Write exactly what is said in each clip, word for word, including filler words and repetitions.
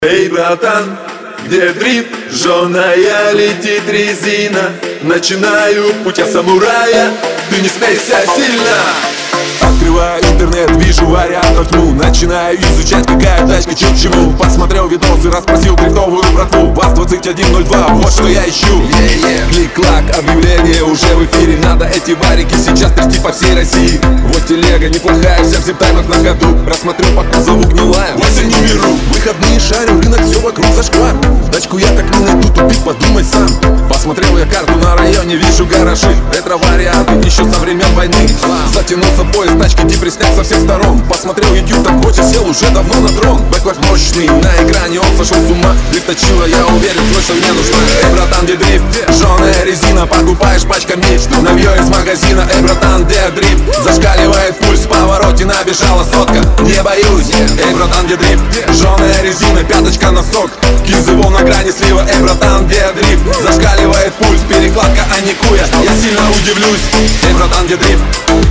Эй, братан, где дрифт? Жжёная летит резина. Начинаю путь я самурая, ты не смейся сильно. Открываю интернет, вижу вариантов тьму. Начинаю изучать, какая тачка, чё к чему. Посмотрел видосы, расспросил дрифтовую братву. ВАЗ двадцать один ноль два, вот что я ищу. yeah, yeah. Клик-клак, объявление уже в эфире. Надо эти варики сейчас трясти по всей России. Вот телега неплохая, вся в зиптаймах на ходу. Рассмотрю по кузову гнилая, восемь не беру. Выходные шарю, рынок все вокруг зашквар. Тачку я так не найду, тупик, подумай сам. Посмотрел я карту на районе, вижу гаражи. Ретро-варианты еще со времен войны. Затянулся поезд, тачки депресняк со всех сторон. Посмотрел YouTube, так хочет, сел уже давно на дрон. Бэквард мощный, на экране он сошел с ума. Дрифт точила, я уверен, срочно мне нужна. Эй, братан, где дрифт? Жжёная резина, покупаешь пачками навьё из магазина. Эй, братан, где дрифт? Зашкаливает пульс, в повороте набежала сотка. Не боюсь. Эй, братан, где дрифт? Жжёная резина, пяточка на сок. Кизывол на грани слива. Эй, братан, где дрифт? Зашкаливает пульс, перекладка, а не куя. Я сильно удивлюсь. Эй, братан, где дрифт?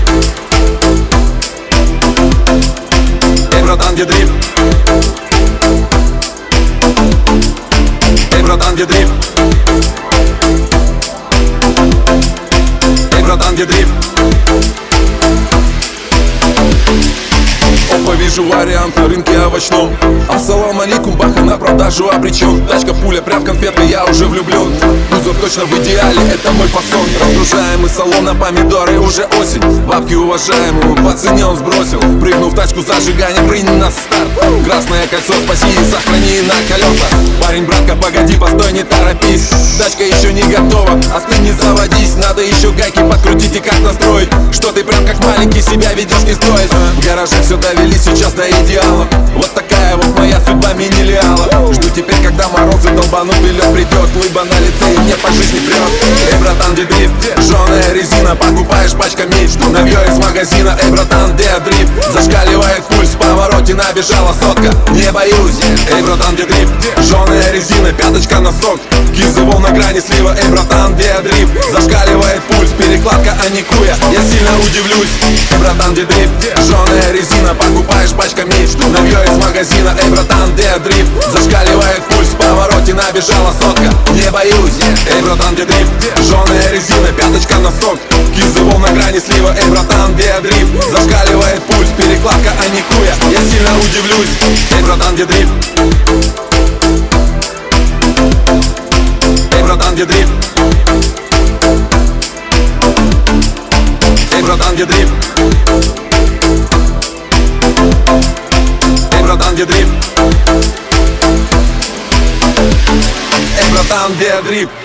Эй, братан, где дрифт? Эй, братан, где дрифт? Эй, братан, где дрифт? Опа, вижу вариант на рынке овощном. Ассалам алейкум, баха на продажу обречен. Тачка пуля, прям конфетка, я уже влюблен. Кузов точно в идеале, это мой фасон. Разгружаем из салона помидоры, уже осень. Бабки уважаемую, по цене он сбросил. Прыгнув в тачку зажигание, прыгни на старт. Красное кольцо, спаси и сохрани на колеса. Парень, братка, погоди, постой, не торопись. Тачка еще не готова, остынь, не заводись. Надо еще гайки подкрутить и как настроить, что ты прям как маленький себя ведешь не стоит. В гараже все довели сейчас до идеала. Вот такая вот моя судьба мини-лиала. Жду теперь, когда морозы долбанут и лед придет. Лыба на лице и мне по жизни прет. Эй, братан, где дрифт? Жжёная резина, покупаешь пачками навьё из магазина. Эй, братан, где дрифт? Зашкаливает пульс, в повороте набежала сотка. Не боюсь. Эй, братан, где дрифт? Жжёная резина, пяточка на сок. Кизывол на грани слива. Эй, братан, где дрифт? Зашкаливает пульс, перекладка, а не куя. Я сильно удивлюсь. Эй, братан, где дрифт? Жжёная резина, покупаешь пачками навьё из магазина. Эй, братан, где дрифт? Зашкаливает пульс, в повороте набежала сотка. Не боюсь. Эй, братан, где дрифт? Жжёная резина, пяточка на сок. Кизывол на грани слива. Эй, братан, где дрифт? Зашкаливает пульс, перекладка, а не куя. Я сильно удивлюсь. Эй, братан, где дрифт? Эй, братан, где дрифт? Эй, братан, где дрифт? Эй, братан, где дрифт? Эй, братан, где дрифт?